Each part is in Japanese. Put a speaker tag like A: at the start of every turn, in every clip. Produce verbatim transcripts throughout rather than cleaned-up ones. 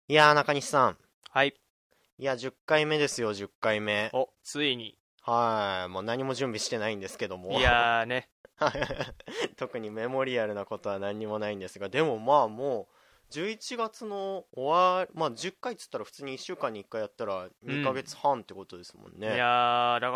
A: いやー、中西さん。
B: はい。
A: いや、じゅっかいめですよ、じゅっかいめ。
B: お、ついに。
A: はい。もう何も準備してないんですけども。
B: いやーね。
A: 特にメモリアルなことは何にもないんですが、でもまあもう、じゅういちがつの終わり、まあじゅっかいっつったら普通にいっしゅうかんにいっかいやったらにかげつはんってことですもんね。
B: いやー、だから、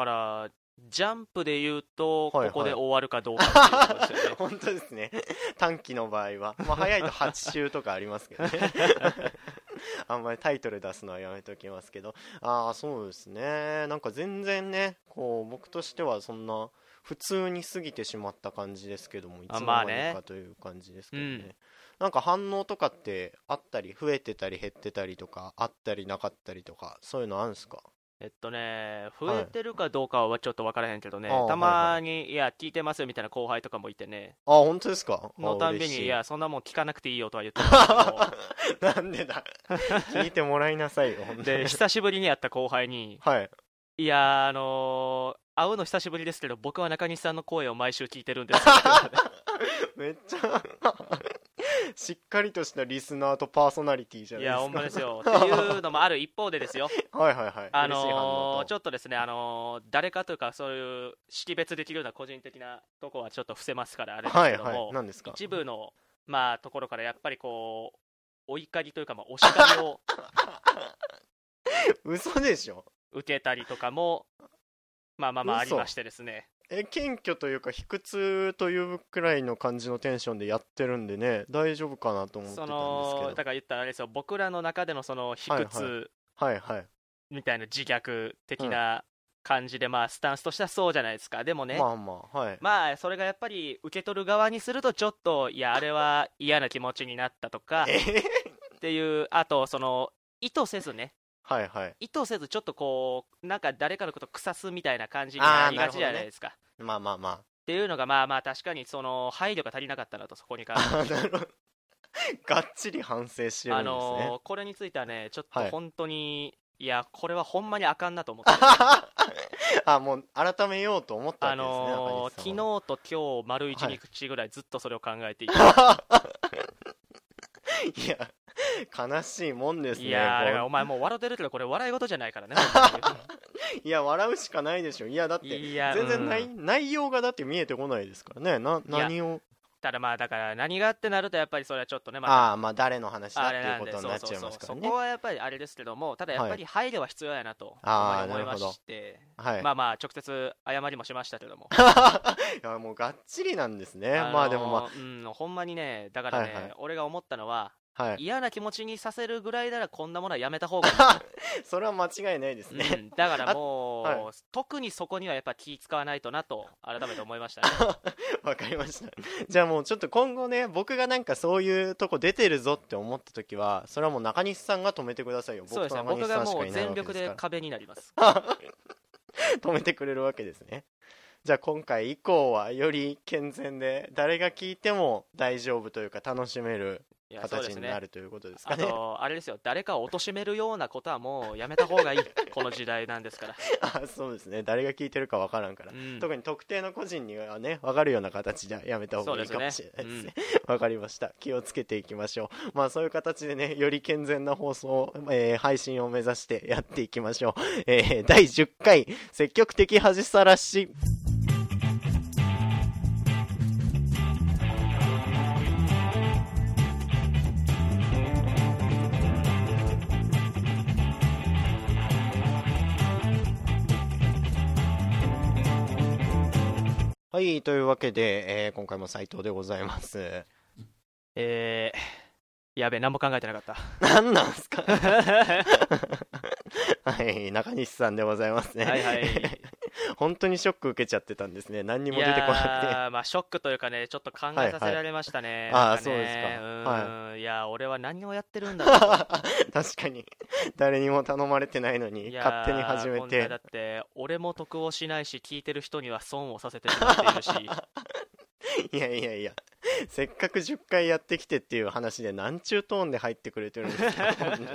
B: ジャンプで言うと、
A: はいはい
B: ここで終わるかどうかっていうことですよね。
A: 本当ですね。短期の場合は。まあ早いとはち週とかありますけどね。あんまりタイトル出すのはやめておきますけど。ああ、そうですね。なんか全然ね、こう、僕としてはそんな、普通に過ぎてしまった感じですけども、いつの間に
B: あまあね。
A: かという感じですけどね。
B: うん
A: なんか反応とかってあったり、増えてたり減ってたりとか、あったりなかったりとか、そういうのあるんすか？
B: えっとね、増
A: はい。
B: えてるかどうかはちょっと分からへんけどね、
A: ああ、
B: た
A: はいはい。
B: まに、いや、聞いてますよみたいな後輩とかもいてね、
A: ああ、本当ですか？ああ、
B: のたんびに、い
A: 嬉しい。
B: や、そんなもん聞かなくていいよとは言ってるんですけど、
A: なんでだ。聞いてもらいなさいよ、本当
B: で、
A: に。
B: 久しぶりに会った後輩に、
A: はい。
B: いやー、あのー会うの久しぶりですけど、僕は中西さんの声を毎週聞いてるんですよって言われて。
A: めっちゃしっかりとしたリスナーとパーソナリティじゃ
B: いや、ほん
A: ないですか。
B: まですよ。っていうのもある一方でですよ。
A: はいはいはい。
B: あ
A: 嬉しい反応
B: のーち
A: と。
B: ょっとですね、あのー誰かというか、そういう識別できるような個人的なとこはちょっと伏せますから、あれです
A: はいはい。
B: けども、
A: 何ですか？
B: 一部の、まあ、ところからやっぱりこう、お怒りというか、まあ、お叱りを
A: 嘘でしょ？
B: 受けたりとかも、まあまあまあありま
A: 嘘。
B: してですね。
A: え、謙虚というか、卑屈というくらいの感じのテンションでやってるんでね、大丈夫かなと思って
B: そ
A: たんですけ
B: の、
A: ど。
B: だから言ったらあれですよ、僕らの中でのその卑
A: はいはい。
B: 屈
A: はいはい。
B: みたいな自虐
A: うん。
B: 的な感じで、まあ、スタンスとしてはそうじゃないですか。でもね、
A: まあまあ、はい。
B: まあ、それがやっぱり受け取る側にすると、ちょっと、いや、あれは嫌な気持ちになったとか
A: えー、
B: っていう、あと、その、意図せずね、
A: はいはい。
B: 意図せず、ちょっとこう、なんか誰かのこと腐すみたいな感じにな
A: あー、
B: りがちじ
A: なるほどね。
B: ゃないですか。っ
A: まあまあま
B: ていうのが、まあまあ、確かに、その、配慮が足りなかったなと、そこに関して
A: あ。あ
B: は。
A: ー、なるほど。がっちり反省して
B: あ
A: るんですね。
B: のーこれについてはね、ちょっと
A: はい。
B: 本当に、いや、これはほんまにあかんなと思ってですね。
A: あ、もう改めようと思ったわ
B: あ
A: けですね、中
B: のー昨日
A: 西さんは。
B: と今日、丸一
A: はい。
B: 日ぐらいずっとそれを考えていて、
A: いや、悲しいもんですね。
B: いやー、だから
A: こう、
B: お前もう笑ってるけど、これ笑い事じゃないからね、ほんまに。
A: いや、笑うしかないでしょ。いや、だって、
B: いや、う
A: 全然内、
B: ん。
A: 内容がだって見えてこないですからね。な、
B: いや、
A: 何を。
B: ただまあ、だから何がってなると、やっぱりそれはちょっとね、また、
A: ああ、まあ、誰の話だっていう
B: あれなんで、
A: ことになっちゃい
B: そうそうそう、
A: ますからね。
B: そこはやっぱりあれですけども、ただやっ
A: はい。
B: ぱり配慮は必要やなと、ほんまに
A: ああ、な
B: 思いま
A: るほど。
B: して、
A: はい。
B: まあまあ、直接謝りもしましたけども。
A: いや、もうがっちりなんですね。
B: あ
A: まあでもま
B: のーうん、ほんまにね、だか
A: あ、はいはい。
B: らね、俺が思ったのは、
A: はい。
B: 嫌な気持ちにさせるぐらいならこんなものはやめた方がいいと。
A: それは間違いないですね。
B: うん、だから
A: あ、はい。
B: もう、特にそこにはやっぱ気使わないとなと、改めて思いましたね。
A: わかりました。じゃあもうちょっと今後ね、僕がなんかそういうとこ出てるぞって思った時は、それはもう中西さんが止めてくださいよ。僕と
B: そうですね、
A: 中西さんし
B: 僕がもう
A: かいないわけ
B: 全力
A: ですから。
B: で壁になります。
A: 止めてくれるわけですね。じゃあ今回以降はより健全で、誰が聞いても大丈夫というか楽しめる
B: いや、そうで
A: 形にな
B: すね。
A: るということですかね。
B: あと、あれですよ、誰かを貶めるようなことはもうやめた方がいい。この時代なんですから。
A: あ、そうですね。誰が聞いてるかわからんから。
B: うん、
A: 特に特定の個人にはね、わかるような形じゃやめた方がいいかも
B: そうですね。
A: しれないですね。
B: うん。
A: わかりました。気をつけていきましょう。まあそういう形でね、より健全な放送、えー配信を目指してやっていきましょう。えーだいじゅっかい、積極的恥さらし。はい、というわけで、えー今回も斉藤でございます。
B: えー、やべえ、何も考えてなかった。
A: 何なんすか？はい、中西さんでございますね。
B: はいはい。
A: 本当にショック受けちゃってたんですね。何に
B: い
A: も出てこなくて。
B: やー、まあショックというかね、ちょっと考えさせ
A: はいはい。
B: られましたね。なん
A: ああ、
B: か
A: そうですか。
B: ね、う
A: は
B: ーん、いや、俺は何をやってるんだろうと。
A: い。確かに。誰にも頼まれてないの
B: い
A: に、勝手に
B: やー、
A: 始めて。
B: こんなだって、俺も得をしないし、聞いてる人には損をさせてしまっているし、
A: いやいやいや。せっかくじゅっかいやってきてっていう話で、なんちゅうトーンで入ってくれてるんですか。本当に。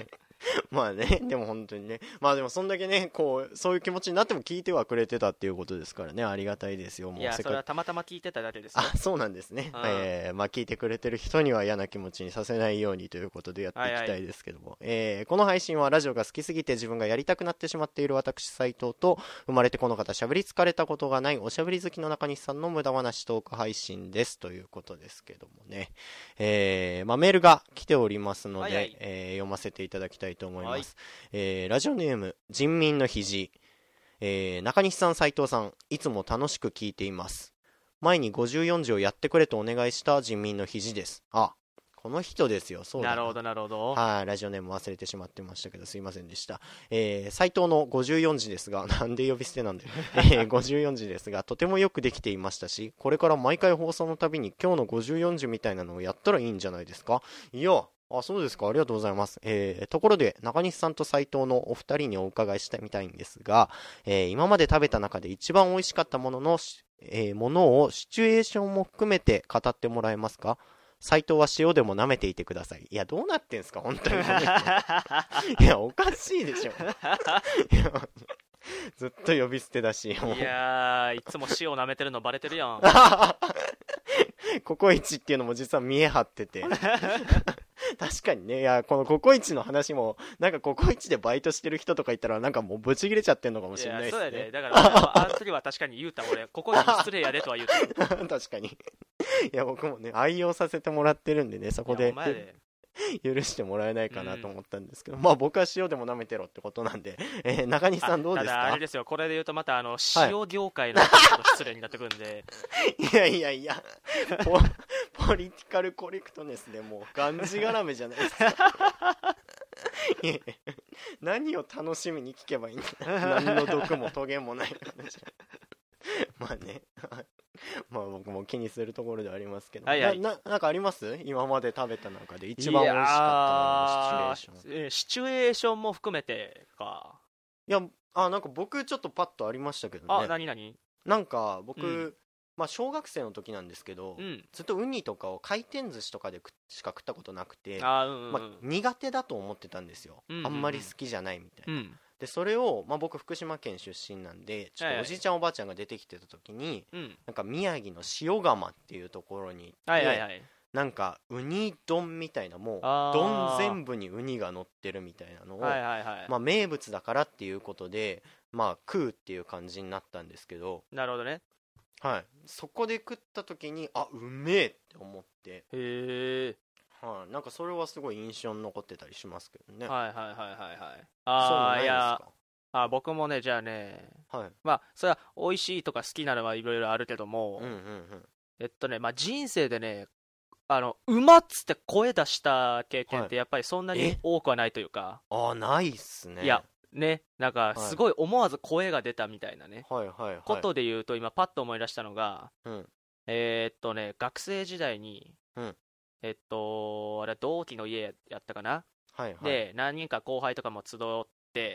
A: まあね、でも本当にね、まあでもそんだけね、こうそういう気持ちになっても聞いてはくれてたっていうことですからね、ありがたいですよ。もう
B: いや、
A: せっかく
B: それはたまたま聞いてただけですよ。
A: あ、そうなんですね、
B: うん
A: えーまあ、聞いてくれてる人には嫌な気持ちにさせないようにということでやっていきたいですけども、はいはい、えーこの配信はラジオが好きすぎて自分がやりたくなってしまっている私斉藤と、生まれてこの方しゃべり疲れたことがないおしゃべり好きの中西さんの無駄話トーク配信ですということですけどもね、えーまあ、メールが来ておりますので、
B: はいはい、
A: えー読ませていただきたいと思います、
B: はい、
A: えーラジオネーム人民の肘、えー中西さん、斉藤さん、いつも楽しく聞いています。前にごじゅうよんじをやってくれとお願いした人民の肘です。あ、この人ですよ。そうだな。
B: なるほどなるほど。
A: はい、ラジオネーム忘れてしまってましたけどすいませんでした。えー、斉藤のごじゅうよんじですが、なんで呼び捨てなんだよ、えー、ごじゅうよんじですがとてもよくできていましたし、これから毎回放送のたびに今日のごじゅうよんじみたいなのをやったらいいんじゃないですか。いや、あ、そうですか、ありがとうございます。えー、ところで中西さんと斉藤のお二人にお伺いしたみたいんですが、えー、今まで食べた中で一番美味しかったものの、えー、ものをシチュエーションも含めて語ってもらえますか。斉藤は塩でも舐めていてください。いや、どうなってんすか本当にいや、おかしいでしょいや、ずっと呼び捨てだし、もう
B: いやー、いつも塩舐めてるのバレてるやん
A: ココイチっていうのも実は見え張ってて確かにね、いや、このココイチの話もなんかココイチでバイトしてる人とか言ったらなんかもうブチ切れちゃってんのかもしれないですね。
B: いや、そうやね。だからあの時は確かに言うた俺、ココイチ失礼やでとは言うた
A: 確かにいや、僕もね愛用させてもらってるんでね、そこで許してもらえないかなと思ったんですけど、うん、まあ僕は塩でも舐めてろってことなんで、えー、中西さんどうですか。
B: ただあれですよ、これで言うとまたあの塩業界のちょっと失礼になってくるんで、
A: はい、いやいやいやポ、ポリティカルコレクトネスでもうがんじがらめじゃないですかいやいや、何を楽しみに聞けばいいんだ何の毒もトゲもない話まあねまあ僕も気にするところではありますけど、
B: はいはい、
A: な, な, なんかあります。今まで食べた中で一番美味しかったののシチュエーション。
B: シチュエーションも含めてか。
A: いや、あ、なんか僕ちょっとパッとありましたけどね。
B: あ、何何。
A: なんか僕、うん、まあ小学生の時なんですけど、うん、ずっとウニとかを回転寿司とかでしか食ったことなくて、
B: あ、うんうん、
A: まあ、苦手だと思ってたんですよ、うんうんうん、あんまり好きじゃないみたいな、うん、でそれを、まあ、僕福島県出身なんでちょっとおじいちゃん、はいはい、おばあちゃんが出てきてた時に、うん、なんか宮城の塩釜っていうところに行って、はいはいはい、なんかウニ丼みたいな、もう丼全部にウニが乗ってるみたいなのを、はいはいはい、まあ、名物だからっていうことで、まあ、食うっていう感じになったんですけど。
B: なるほどね。
A: はい、そこで食った時にあ、うめえって思って、へえ、はい、なんかそれはすごい印象に残ってたりしますけどね。
B: はいはいはいはいはい。ああ、いや、あ、僕もね、じゃあね、はい、まあそれは美味しいとか好きなのはいろいろあるけども、うんうんうん、えっとね、まあ人生でね、あのうまっつって声出した経験ってやっぱりそんなに多くはないというか、
A: はい、ああ、ないっすね。
B: いやね、なんかすごい思わず声が出たみたいなね、はいはいはいはい、ことで言うと今パッと思い出したのが、うん、えー、っとね学生時代に、うん、えっとあれ同期の家やったかな、はいはい、で何人か後輩とかも集って、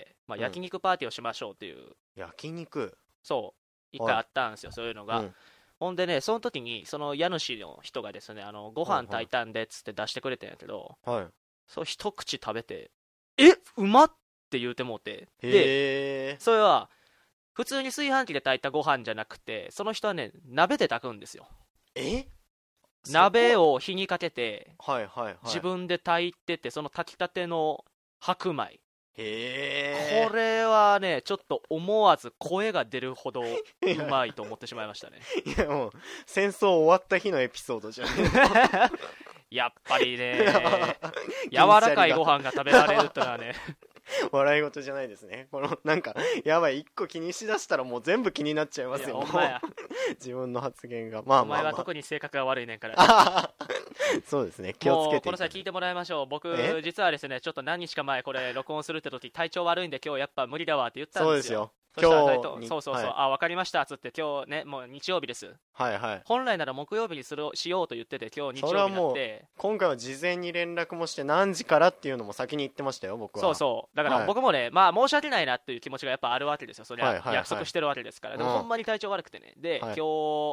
B: まあ、焼肉パーティーをしましょうっていう、うん、
A: 焼肉、
B: そう一回あったんですよ、はい、そういうのが、うん、ほんでねその時にその家主の人がですね、あのご飯炊いたんでっつって出してくれたんやけど、はいはい、そう一口食べてえうまっって言うてもうて、でそれは普通に炊飯器で炊いたご飯じゃなくて、その人はね鍋で炊くんですよ。
A: え
B: 鍋を火にかけて、
A: はいはいはい、
B: 自分で炊いてて、その炊きたての白米、
A: へ
B: これはねちょっと思わず声が出るほどうまいと思ってしまいましたね
A: いやもう戦争終わった日のエピソードじゃん
B: やっぱりね柔らかいご飯が食べられるってのはね
A: 笑い事じゃないですね。このなんかやばい、一個気にしだしたらもう全部気になっちゃいますよ。自分の発言が、まあまあ、まあ、
B: お前は特に性格が悪いねんから
A: そうですね、気をつけて。
B: この際聞いてもらいましょう。僕実はですね、ちょっと何日か前これ録音するって時体調悪いんで今日やっぱ無理だわって言ったんですよ。
A: そうですよ、
B: 今日そうそうそう、はい、あ、分かりましたっつって、今日ねもう日曜日です、はいはい、本来なら木曜日にするしようと言ってて、今日日曜日になって、
A: 今回は事前に連絡もして何時からっていうのも先に言ってましたよ、僕は。
B: そうそうだから僕もね、はい、まあ申し訳ないなっていう気持ちがやっぱあるわけですよ、そりゃ、はいはいはい、約束してるわけですから。でもほんまに体調悪くてね、で、はい、今日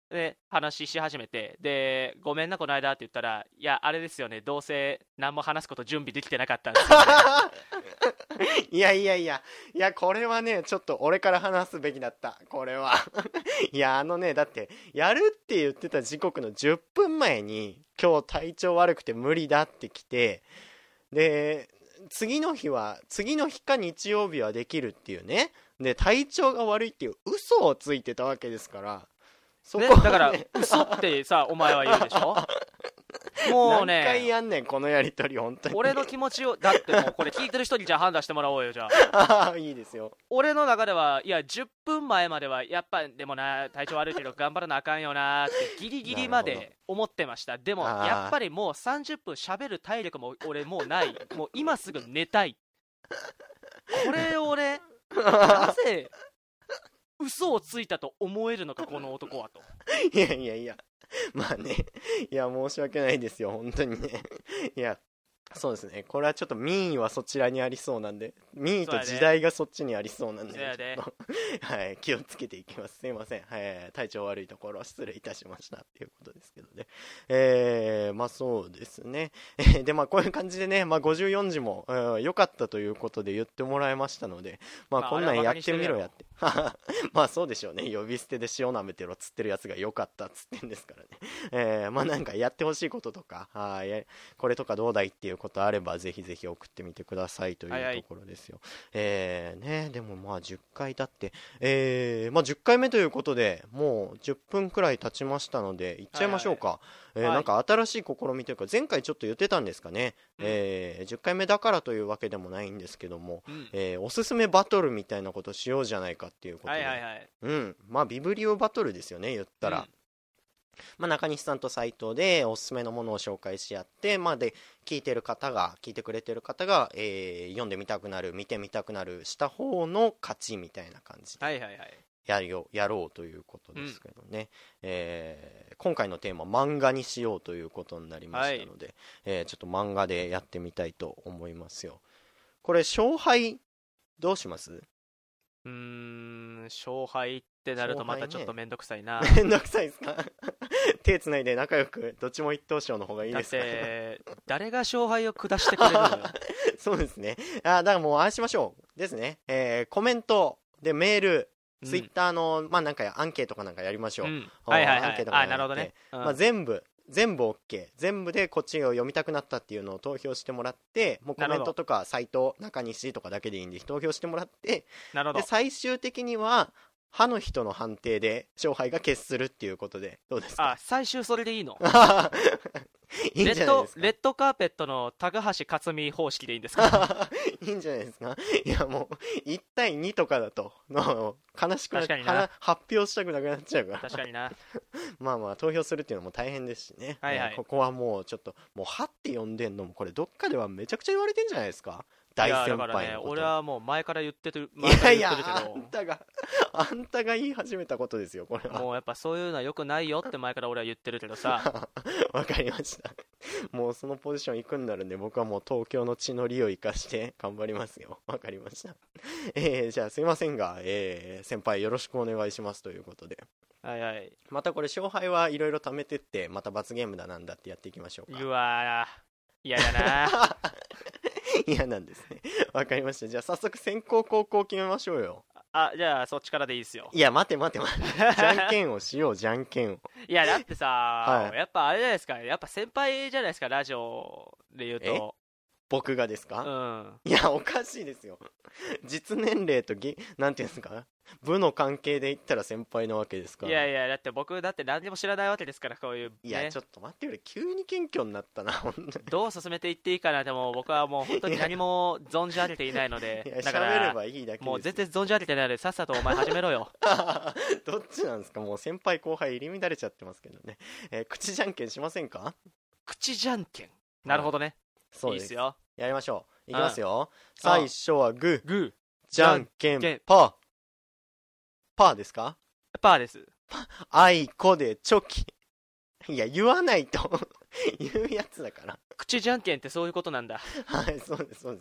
B: で話し始めて、でごめんなこの間って言ったら、いやあれですよね、どうせ何も話すこと準備できてなかったんですよ、
A: ね、いやいやいやいや、これはねちょっと俺から話すべきだった、これはいやあのね、だってやるって言ってた時刻のじゅっぷんまえに今日体調悪くて無理だって来て、で次の日は次の日か日曜日はできるっていうね、で体調が悪いっていう嘘をついてたわけですから、そこはね、
B: ね、だから嘘ってさお前は言うでしょもうね、
A: 何回やんねんこのやり取り、本当に
B: 俺の気持ちを、だってもうこれ聞いてる人にじゃあ判断してもらおうよ、じゃ
A: ああいいですよ。
B: 俺の中では、いやじゅっぷんまえまではやっぱでもな、体調悪いけど頑張らなあかんよなってギリギリまで思ってました。でもやっぱりもうさんじゅっぷん喋る体力も俺もうない、もう今すぐ寝たい、これをねなぜ嘘をついたと思えるのかこの男はと。
A: いやいやいや、まあね、いや申し訳ないですよ本当にね。いやそうですね、これはちょっと民意はそちらにありそうなんで、民意と時代がそっちにありそうなんで、ね、はい、気をつけていきます。すいません、はい、体調悪いところ失礼いたしましたっていうことですけどね。えー、まあそうですね。でまあこういう感じでね、まあ、ごじゅうよんじも良、えー、かったということで言ってもらいましたので、まあこんなんやってみろやって、まあそうでしょうね、呼び捨てで塩舐めてろっつってるやつが良かったっつってんですからね。えー、まあなんかやってほしいこととか、あこれとかどうだいっていうことあればぜひぜひ送ってみてくださいというところですよ。はいはい、えー、ね、でもまあじゅっかい経って、えー、まあじゅっかいめということでもうじゅっぷんくらい経ちましたのでいっちゃいましょうか。はいはい、えー、なんか新しい試みというか前回ちょっと言ってたんですかね、うん、えー、じゅっかいめだからというわけでもないんですけども、うん、えー、おすすめバトルみたいなことしようじゃないかっていうことで、はいはいはい、うん、まあビブリオバトルですよね言ったら、うん、まあ、中西さんと斉藤でおすすめのものを紹介し合って、まあ、で聞いてる方が聞いてくれてる方が、えー、読んでみたくなる見てみたくなるした方の勝ちみたいな感じでやるよ、やろうということですけどね、うん、えー、今回のテーマ漫画にしようということになりましたので、はい、えー、ちょっと漫画でやってみたいと思いますよ。これ勝敗どうします？
B: うーん、勝敗ってなるとまたちょっとめんどくさいな。
A: めんどくさいですか？手つないで仲良くどっちも一等賞の方がいいですか？だ
B: って誰が勝敗を下してくれるのよ。
A: そうですね。あ、だからもうああしましょうですね、えー、コメントでメール、うん、ツイッターのまあなんかアンケートかなんかやりましょう、うん、
B: はいはいはい、アンケートかなんかやって、あ、なるほどね、うん、
A: まあ、全部全部 OK、 全部でこっちを読みたくなったっていうのを投票してもらって、もうコメントとか斉藤中西とかだけでいいんで投票してもらって、
B: なるほど、
A: で最終的には歯の人の判定で勝敗が決するっていうことでどうですか？
B: あ、最終それでいいの？
A: いいんじゃないですか？
B: レッド、レッドカーペットの高橋克実方式でいいんですか？
A: いいんじゃないですか？いやもういちたいにとかだとの悲しくなっ発表したくなくなっちゃうから
B: 確かにな。
A: まあまあ投票するっていうのも大変ですしね、
B: はいはい、
A: ここはもうちょっともう歯って呼んでんのもこれどっかではめちゃくちゃ言われてんじゃないですか？大先輩のこと。いやだからね、
B: 俺はもう前から言ってる、
A: 前から言ってるけど、いやいやあんたがあんたが言い始めたことですよこれは。
B: もうやっぱそういうのは良くないよって前から俺は言ってるけどさ。
A: わかりました。もうそのポジション行くんなるんで僕はもう東京の地の利を生かして頑張りますよ。わかりました。えー、じゃあすいませんが、えー、先輩よろしくお願いしますということで。
B: はいはい。
A: またこれ勝敗はいろいろ貯めてってまた罰ゲームだなんだってやっていきましょうか。
B: うわー嫌だな。
A: 嫌なんですね。わかりました。じゃあ早速先攻後攻決めましょうよ。
B: あ、じゃあそっちからでいいですよ。
A: いや待て待て待て。じゃんけんをしようじゃんけんを。
B: いやだってさ、はい、やっぱあれじゃないですか、やっぱ先輩じゃないですか、ラジオで言うと。
A: 僕がですか？
B: うん。
A: いやおかしいですよ。実年齢とぎなんていうんですか、部の関係で言ったら先輩なわけですから。
B: いやいやだって僕だって何にも知らないわけですから、こういう、ね、
A: いやちょっと待ってよ、急に謙虚になったな。
B: どう進めていっていいかな。でも僕はもう本当に何も存じ上げていないので、
A: いやだから喋ればいいだけです。
B: もう全然存じ上げてないのでさっさとお前始めろよ。
A: どっちなんですか？もう先輩後輩入り乱れちゃってますけどね、えー、口じゃんけんしませんか？
B: 口じゃんけん、なるほどね、
A: そうです。
B: いいですよ、
A: やりましょう。いきますよ。最初はグー、
B: グー、
A: じゃんけんパー。パーですか？
B: パーです。
A: あいこでチョキ。いや言わないと言うやつだから。
B: 口じゃんけんってそういうことなんだ。
A: はいそうですそうです、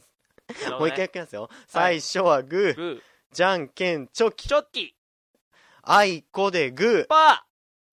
B: ね、
A: もう一回やってみますよ。最初はグー、
B: グー、
A: じゃんけんチョキ。
B: チョキ。
A: あいこでグー、
B: パ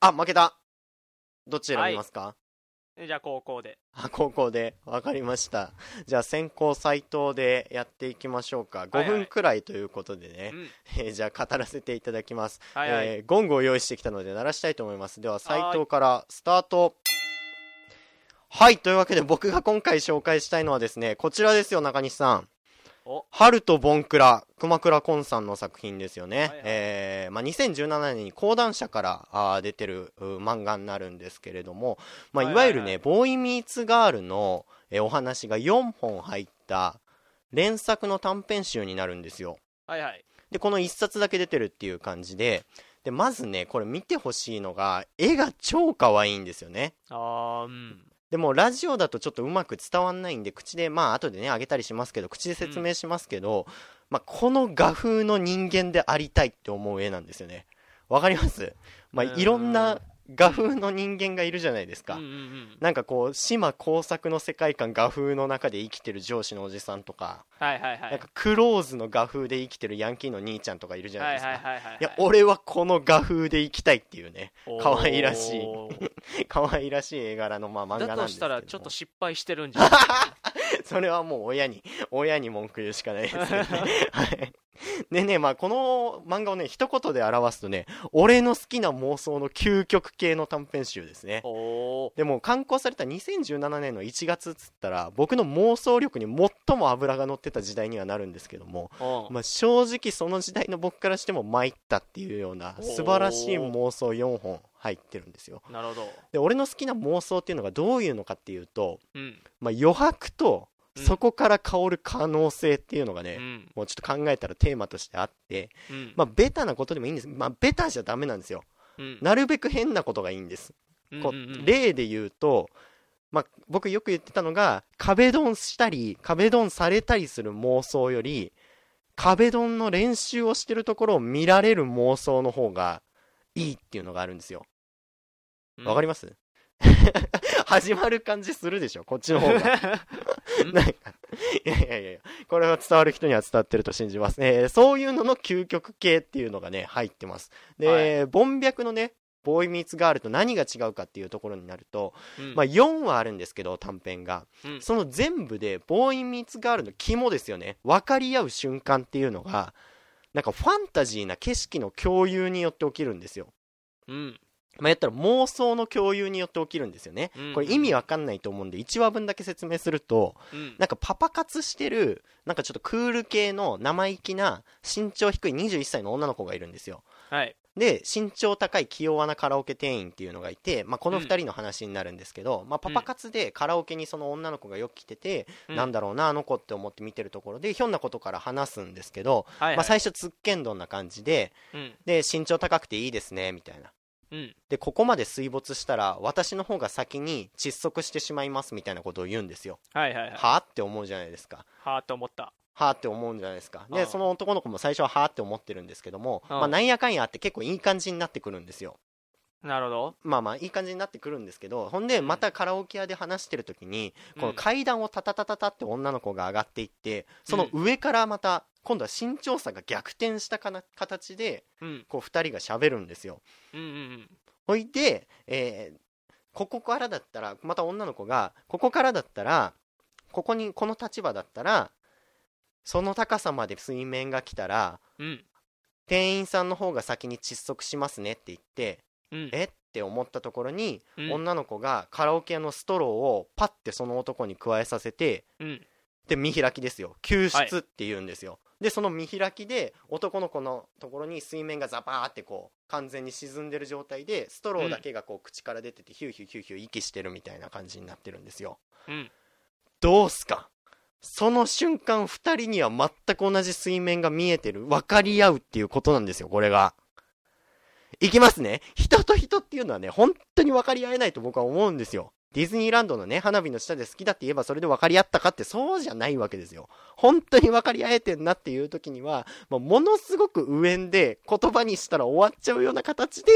A: あ、負けた。どっち選びますか？
B: はい、じゃあ高校で。
A: あ、高校で。わかりました。じゃあ先攻斉藤でやっていきましょうか。ごふんくらいということでね。はいはい、えー、じゃあ語らせていただきます。はいはい、えー、ゴングを用意してきたので鳴らしたいと思います。では斉藤からスタート。はい、というわけで僕が今回紹介したいのはですね、こちらですよ、中西さん。春とボンクラ、熊倉昆さんの作品ですよね。はいはい、えーまあ、にせんじゅうななねんに講談社からあ出てる漫画になるんですけれども、まあ、いわゆるね、ボーイミーツガールのえお話がよんほん入った連作の短編集になるんですよ。
B: はいはい、
A: でこのいっさつだけ出てるっていう感じで、でまずねこれ見てほしいのが絵が超可愛いんですよね。
B: あー、うん。
A: でもラジオだとちょっとうまく伝わんないんで、口でまあ後でねあげたりしますけど、口で説明しますけど、うん、まあ、この画風の人間でありたいって思う絵なんですよね。わかります？まあ、いろんな画風の人間がいるじゃないですか。うんうんうん、なんかこう島耕作の世界観画風の中で生きてる上司のおじさんとか、
B: はいはいはい、
A: なんかクローズの画風で生きてるヤンキーの兄ちゃんとかいるじゃないですか。
B: はいはいはいはいはい、
A: いや俺はこの画風で生きたいっていうね、可愛らしい可愛らしい絵柄のまあ漫画なんですけど、
B: だとしたらちょっと失敗してるんじゃないですか。
A: それはもう親に親に文句言うしかないですけどね。はい。でね、まあこの漫画をね一言で表すとね、俺の好きな妄想の究極系の短編集ですね。でも刊行されたにせんじゅうななねんのいちがつっつったら僕の妄想力に最も脂が乗ってた時代にはなるんですけども、まあ、正直その時代の僕からしても参ったっていうような素晴らしい妄想よんほん入ってるんですよ。
B: なるほど。
A: で俺の好きな妄想っていうのがどういうのかっていうと、
B: うん、
A: まあ、余白とそこから香る可能性っていうのがね、うん、もうちょっと考えたらテーマとしてあって、うん、まあベタなことでもいいんです。まあベタじゃダメなんですよ、うん、なるべく変なことがいいんです、うんうんうん、例で言うと、まあ、僕よく言ってたのが壁ドンしたり壁ドンされたりする妄想より壁ドンの練習をしてるところを見られる妄想の方がいいっていうのがあるんですよ。わかります？始まる感じするでしょこっちの方が。なんかいやいやいや、これは伝わる人には伝わってると信じます、えー、そういうのの究極系っていうのがね入ってます。で、はい、ボンビャクのねボーイミーツガールと何が違うかっていうところになると、うん、まあよんはあるんですけど短編が、うん、その全部でボーイミーツガールの肝ですよね、分かり合う瞬間っていうのがなんかファンタジーな景色の共有によって起きるんですよ。
B: うん、
A: まあ、やったら妄想の共有によって起きるんですよね、うんうん、これ意味わかんないと思うんでいちわぶんだけ説明すると、うん、なんかパパ活してるなんかちょっとクール系の生意気な身長低いにじゅういっさいの女の子がいるんですよ。
B: はい、
A: で身長高い気弱なカラオケ店員っていうのがいて、まあ、このふたりの話になるんですけど、うん、まあ、パパ活でカラオケにその女の子がよく来てて、うん、なんだろうなあの子って思って見てるところでひょんなことから話すんですけど、はいはい、まあ、最初つっけんどんな感じで、うん、で身長高くていいですねみたいな、うん、でここまで水没したら私の方が先に窒息してしまいますみたいなことを言うんですよ。
B: はいはいはい、
A: はあって思うじゃないですか。
B: はあって思った。
A: はあって思うんじゃないですか。でその男の子も最初ははあって思ってるんですけども、まあ、なんやかんやあって結構いい感じになってくるんですよ。
B: なるほど。
A: まあまあいい感じになってくるんですけど、ほんでまたカラオケ屋で話してる時に、うん、この階段をタタタタタって女の子が上がっていってその上からまた今度は身長差が逆転したかな形で、うん、こうふたりが喋るんですよ。
B: うんうんうん、
A: ほいで、えー、ここからだったらまた女の子がここからだったらここにこの立場だったらその高さまで水面が来たら、うん、店員さんの方が先に窒息しますねって言って、うん、えって思ったところに、うん、女の子がカラオケ屋のストローをパッてその男に加えさせて、うん、で見開きですよ、救出って言うんですよ、はい、でその見開きで男の子のところに水面がザバーってこう完全に沈んでる状態でストローだけがこう口から出ててヒューヒューヒューヒュー息してるみたいな感じになってるんですよ、うん、どうすかその瞬間ふたりには全く同じ水面が見えてる、分かり合うっていうことなんですよ。これがいきますね。人と人っていうのはね本当に分かり合えないと僕は思うんですよ。ディズニーランドのね花火の下で好きだって言えばそれで分かり合ったかってそうじゃないわけですよ。本当に分かり合えてんなっていう時には、まあ、ものすごく無縁で言葉にしたら終わっちゃうような形で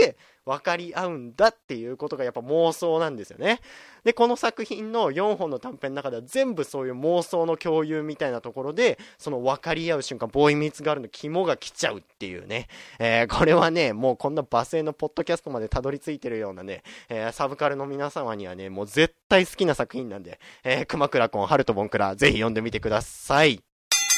A: 分かり合うんだっていうことがやっぱ妄想なんですよね。でこの作品のよんほんの短編の中では全部そういう妄想の共有みたいなところで、その分かり合う瞬間、ボーイミーツガールの肝が来ちゃうっていうね、えー、これはねもうこんな罵声のポッドキャストまでたどり着いてるようなね、えー、サブカルの皆様にはねもう絶対好きな作品なんで、えー、熊倉くん春とボンクラぜひ読んでみてください。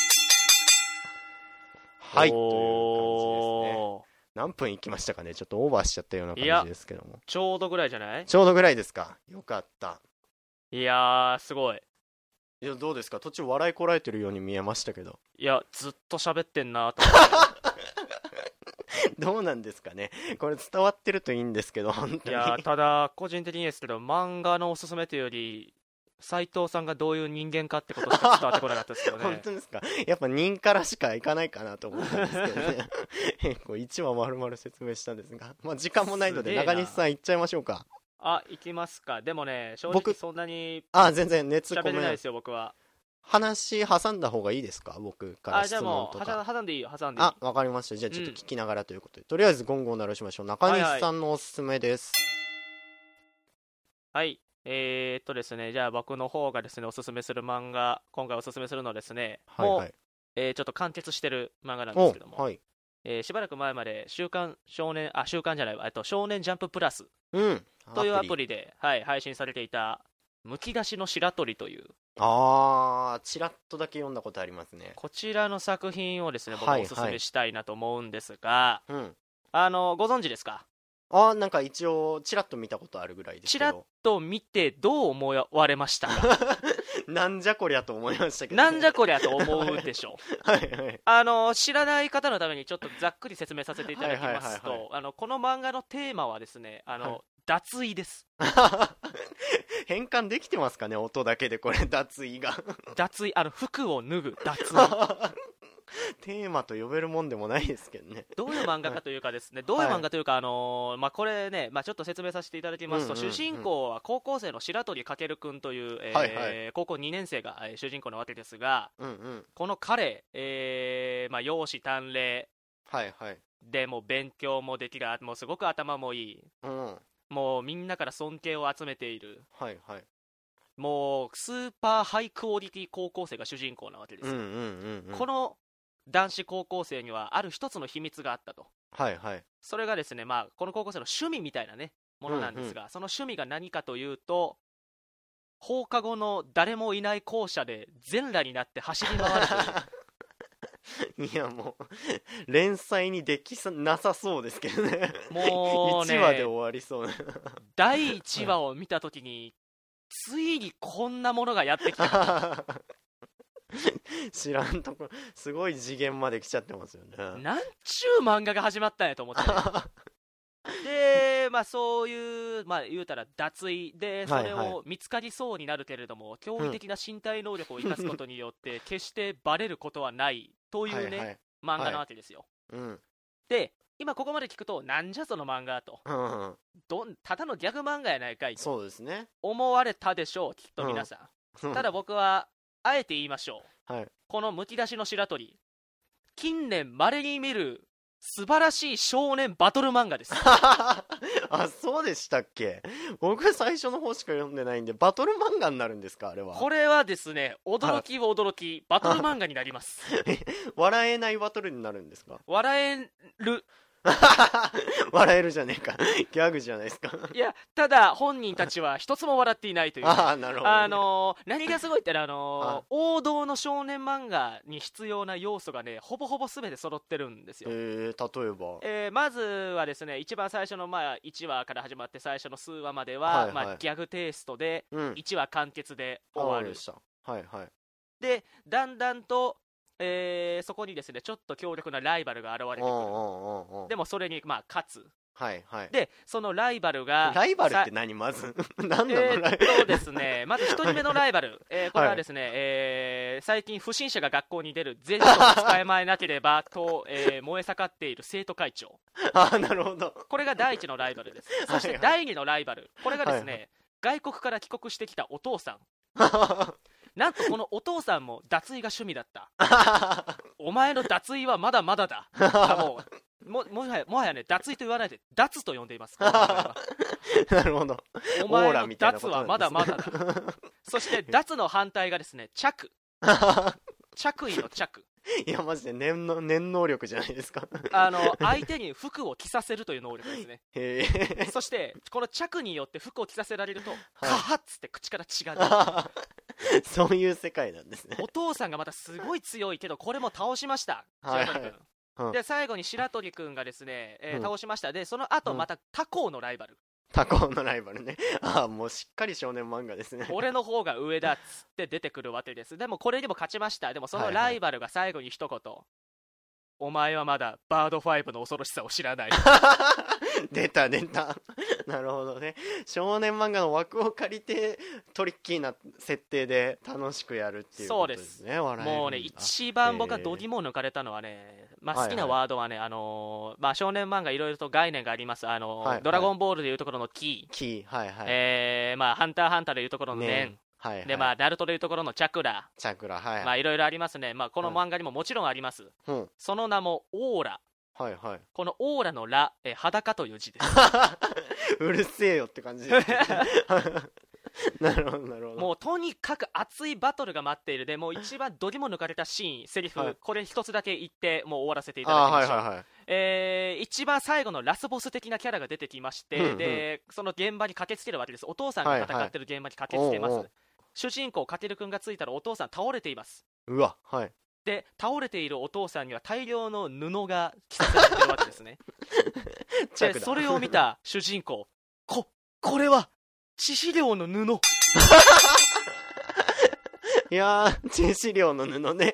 A: はいという感じですね。何分いきましたかね。ちょっとオーバーしちゃったような感じですけども。
B: ちょうどぐらいじゃない？
A: ちょうどぐらいですか。よかった。
B: いやーすごい。
A: いやどうですか、途中笑いこらえてるように見えましたけど。
B: いやずっと喋ってんなと思って
A: どうなんですかね、これ伝わってるといいんですけど本当に。
B: いやただ個人的にですけど、漫画のおすすめというより斉藤さんがどういう人間かってことしか伝わってこなかったですけどね。
A: 本当ですか。やっぱ人からしかいかないかなと思ったんですけどね結構いちわ丸々説明したんですが、まあ、時間もないので中西さんいっちゃいましょうか。
B: あ、行きますか。でもね正直そんなに
A: あ全然熱
B: 喋れないですよ僕は。
A: 話挟んだ方がいいですか、僕から質問とか。
B: あじゃあもう挟んでいいよ挟んでいい。
A: あわかりました。じゃあちょっと聞きながらということで、うん、とりあえずゴンゴン鳴らしましょう。中西さんのおすすめです。
B: はい、はいえー、っとですねじゃあ僕の方がですねおすすめする漫画、今回おすすめするのはですね、はいはい、もう、えー、ちょっと完結してる漫画なんですけども、はいえー、しばらく前まで週刊少年あ週刊じゃないえっと少年ジャンププラスというアプリで、はい、配信されていたむき出しの白鳥という、
A: あーちらっとだけ読んだことありますね。
B: こちらの作品をですね僕はおすすめしたいなと思うんですが、はいはいうん、あのご存知ですか？
A: あなんか一応チラッと見たことあるぐらいですけど。
B: チラッと見てどう思われましたか？
A: なんじゃこりゃと思いましたけど、
B: ね、なんじゃこりゃと思うでしょうはい、はい、あの知らない方のためにちょっとざっくり説明させていただきますと、この漫画のテーマはですねあの、はい、脱衣です
A: 変換できてますかね、音だけで。これ脱衣が
B: 脱衣あの服を脱ぐ脱衣
A: テーマと呼べるもんでもないですけどね。
B: どういう漫画かというかですね、どういう漫画というか、あのーまあ、これね、まあ、ちょっと説明させていただきますと、うんうんうん、主人公は高校生の白鳥翔くんという、えーはいはい、高校にねん生が、えー、主人公なわけですが、うんうん、この彼、えーまあ、容姿端麗、はいはい、でもう勉強もできる、もうすごく頭もいい、うん、もうみんなから尊敬を集めている、はいはい、もうスーパーハイクオリティ高校生が主人公なわけですよ、うんうんうんうん、この男子高校生にはある一つの秘密があったと、はいはい、それがですね、まあ、この高校生の趣味みたいなねものなんですが、うんうん、その趣味が何かというと放課後の誰もいない校舎で全裸になって走り回るというい
A: やもう連載にできなさそうですけどね。
B: もうね
A: いちわで終わりそう
B: だいいちわを見たときについにこんなものがやってきた
A: 知らんところすごい次元まで来ちゃってますよね。
B: なんちゅう漫画が始まったんやと思って、ね、でまあそういうまあ言うたら脱衣でそれを見つかりそうになるけれども、はいはい、驚異的な身体能力を生かすことによって決してバレることはないというね、はいはい、漫画なわけですよ、はいうん、で今ここまで聞くとなんじゃその漫画と、うんうん、どただのギャグ漫画やないかいとそうですね思われたでしょうきっと皆さん、うん、ただ僕はあえて言いましょう、はい、このむき出しの白鳥近年稀に見る素晴らしい少年バトル漫画です
A: あそうでしたっけ。僕最初の方しか読んでないんでバトル漫画になるんですかあれは。
B: これはですね驚き驚きバトル漫画になります
A: 笑えないバトルになるんですか。
B: 笑える
A: 笑えるじゃねえかギャグじゃないですか。
B: いやただ本人たちは一つも笑っていないという、ね、
A: あ, なるほど、ね、
B: あのー、何がすごいってあのー、王道の少年漫画に必要な要素がねほぼほぼ全て揃ってるんですよ。
A: えー、例えば、
B: えー、まずはですね一番最初の、まあ、いちわから始まって最初の数話までは、はいはいまあ、ギャグテイストでいちわ完結で終わる、うん、はいはい、でだんだんとえー、そこにですねちょっと強力なライバルが現れてくる。でもそれにまあ勝つ、はいはい、でそのライバルが
A: ライバルって何まず何なの、
B: えー、っとですねまずひとりめのライバル、えー、これはですね、はいえー、最近不審者が学校に出る全国使えまえなければと、えー、燃え盛っている生徒会長
A: あなるほど
B: これが第一のライバルです。そして第二のライバルこれがですね、はいはい、外国から帰国してきたお父さんなんとこのお父さんも脱衣が趣味だったお前の脱衣はまだまだだもうも, も, はやもはやね脱衣と言わないで脱と呼んでいます
A: なるほど。
B: お前の脱はまだまだだそして脱の反対がですね着着衣の着。
A: いやマジで念の念能力じゃないですか
B: あの相手に服を着させるという能力ですね。
A: へえ。
B: そしてこの着によって服を着させられると、はい、カハッつって口から血が出る
A: そういう世界なんですね。
B: お父さんがまたすごい強いけどこれも倒しました、
A: はいはい、
B: うん、で最後に白鳥くんがですね、えー、倒しました。でその後また他校のライバル、うん、
A: 他校のライバルね。ああもうしっかり少年漫画ですね。
B: 俺の方が上だっつって出てくるわけです。でもこれにも勝ちました。でもそのライバルが最後に一言、はいはい、お前はまだバードファイブの恐ろしさを知らない
A: 出た出たなるほどね。少年漫画の枠を借りてトリッキーな設定で楽しくやるっていうことですね。
B: そうです。もうね一番僕が度肝を抜かれたのはね、まあ、好きなワードはね、はいはい、あのーまあ、少年漫画いろいろと概念があります。あのーはいはい、ドラゴンボールでいうところのキー、
A: キー、はいはい、
B: えーまあ、ハンターハンターでいうところのネン、ね、はいはい、でまあナルトでいうところのチャクラ、
A: チャクラ、はい、
B: まあいろいろありますね。まあこの漫画にももちろんあります。うん、その名もオーラ。
A: はいはい、
B: このオーラのラ、え裸という字です
A: うるせえよって感じですなるほどなるほど。
B: もうとにかく熱いバトルが待っている。でもう一番どぎも抜かれたシーンセリフ、はい、これ一つだけ言ってもう終わらせていただきましょう。はいはいはい、えー、一番最後のラスボス的なキャラが出てきまして、うんうん、でその現場に駆けつけるわけです。お父さんが戦ってる現場に駆けつけます、はいはい、主人公かけるくんがついたらお父さん倒れています。
A: うわ、はい。
B: で倒れているお父さんには大量の布が着させられてるわけですねでそれを見た主人公、ここれは致死量の布
A: いやー致死量の布ね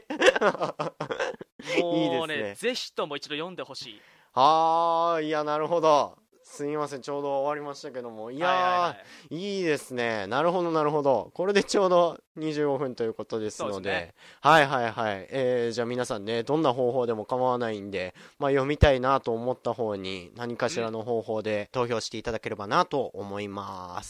B: もうねいいですね。ぜひとも一度読んでほしい。
A: あーいやなるほど。すみませんちょうど終わりましたけども、いやー、はいはいはい、いいですね。なるほどなるほど。これでちょうどにじゅうごふんということですの で, で、ね、はいはいはい、えー、じゃあ皆さんねどんな方法でも構わないんで、まあ、読みたいなと思った方に何かしらの方法で投票していただければなと思います。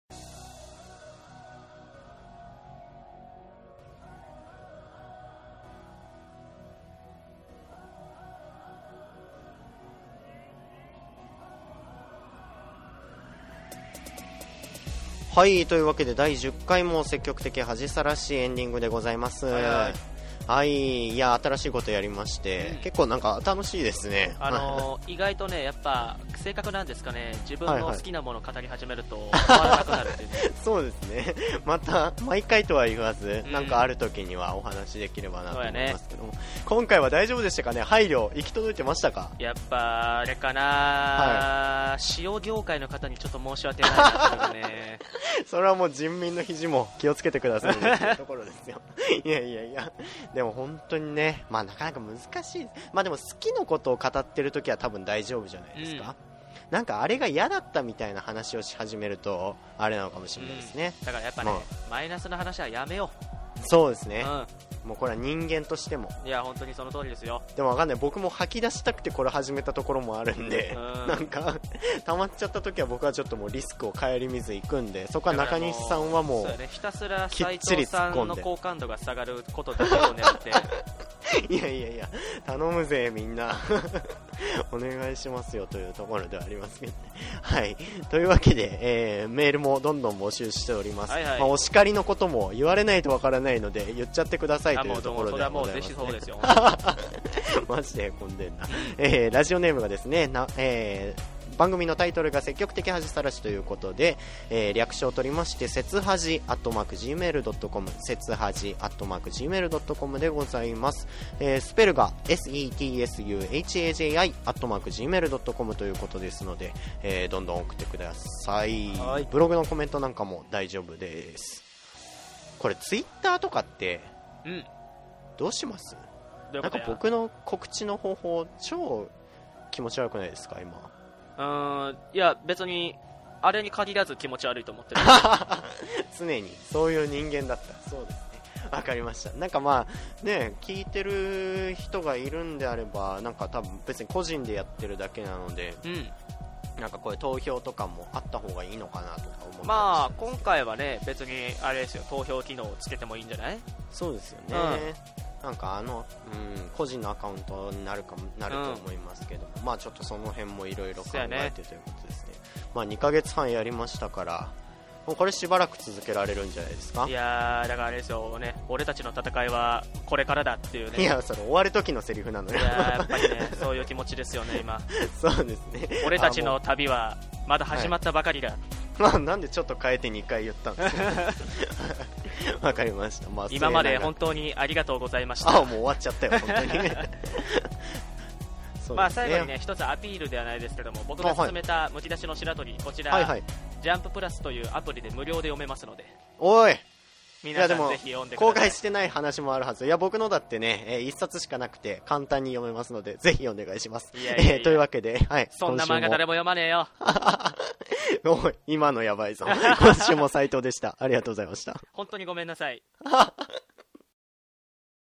A: はい、というわけでだいじゅっかいも積極的恥さらしエンディングでございます。はい、はい、はい、いや新しいことやりまして、うん、結構なんか楽しいですね。
B: あのー、意外とねやっぱ性格なんですかね、自分の好きなものを語り始めると変わらなくなるっていう、ね、
A: そうですね。また毎回とは言わず、うん、なんかある時にはお話できればなと思いますけども、ね、今回は大丈夫でしたかね。配慮行き届いてましたか。
B: やっぱあれかな、はい、塩業界の方にちょっと申し訳ないなっていうかね
A: それはもう人民の肘も気をつけてくださいねっていうところですよいやいやいや、でも本当にね、まあなかなか難しい。まあでも好きなことを語ってるときは多分大丈夫じゃないですか、うん、なんかあれが嫌だったみたいな話をし始めるとあれなのかもしれないですね、
B: うん、だからやっぱね、マイナスな話はやめよ
A: う。そうですね、うん、もうこれは人間としても。
B: いや本当にその通りですよ。
A: でもわかんない、僕も吐き出したくてこれ始めたところもあるんで、うん、なんか溜まっちゃった時は僕はちょっともうリスクを顧みず行くんで、そこは中西さんはもう
B: そう、ね、ひたすら斉藤さんの好感度が下がることだけを狙って
A: いやいやいや頼むぜみんなお願いしますよというところではありますけどね。はい、というわけで、えー、メールもどんどん募集しております、はいはい、まあ、お叱りのことも言われないとわからないので言っちゃってくださいというところではございます、ね、それはもうぜひそうですよマジでへこんでんな、えー、ラジオネームがですねな、えー番組のタイトルが積極的恥さらしということで、えー、略称を取りましてせつはじアットマーク ジーメールドットコム せつはじアットマーク ジーメールドットコム でございます、えー、スペルが セツハジ アットマーク ジーメールドットコム ということですので、えー、どんどん送ってください。はい、ブログのコメントなんかも大丈夫です。これツイッターとかってどうします？なんか僕の告知の方法超気持ち悪くないですか今。
B: うーん、いや別にあれに限らず気持ち悪いと思ってる
A: 常にそういう人間だった。そうですね、わかりました。なんかまあね、聞いてる人がいるんであればなんか多分別に個人でやってるだけなので、うん、なんかこれ投票とかもあった方がいいのかなとか思って。
B: まあ今回はね別にあれですよ、投票機能をつけてもいいんじゃない？
A: そうですよね、 なんかあの、うん、個人のアカウントになるかもなると思いますけども、うん、まあちょっとその辺もいろいろ考えてということですね。まあにかげつはんやりましたから、もうこれしばらく続けられるんじゃないですか。
B: いやー、だからあれですよね、俺たちの戦いはこれからだっていうね。
A: いや、それ終わる時のセリフなのよ。
B: いややっぱりね、そういう気持ちですよね今。
A: そうですね。
B: 俺たちの旅はまだ始まったばかりだ。はい、
A: まあなんでちょっと変えてにかい言ったんですか。わかりました。まあ
B: 今まで本当にありがとうございました。
A: あ、もう終わっちゃったよ本当に。
B: まあ最後にね、一つアピールではないですけども、僕が勧めたむき出しの白鳥、こちら、はいはい、ジャンププラスというアプリで無料で読めますので、
A: おい、
B: 皆さんぜひ読んでください。
A: 公開してない話もあるはず。いや、僕のだってね、えー、一冊しかなくて簡単に読めますので、ぜひお願いします。
B: いやいやいや、
A: えー、というわけで、はい、
B: そんな漫画誰も読まねえよ。
A: おい、今のやばいぞ。今週も斉藤でした。ありがとうございました。
B: 本当にごめんなさい。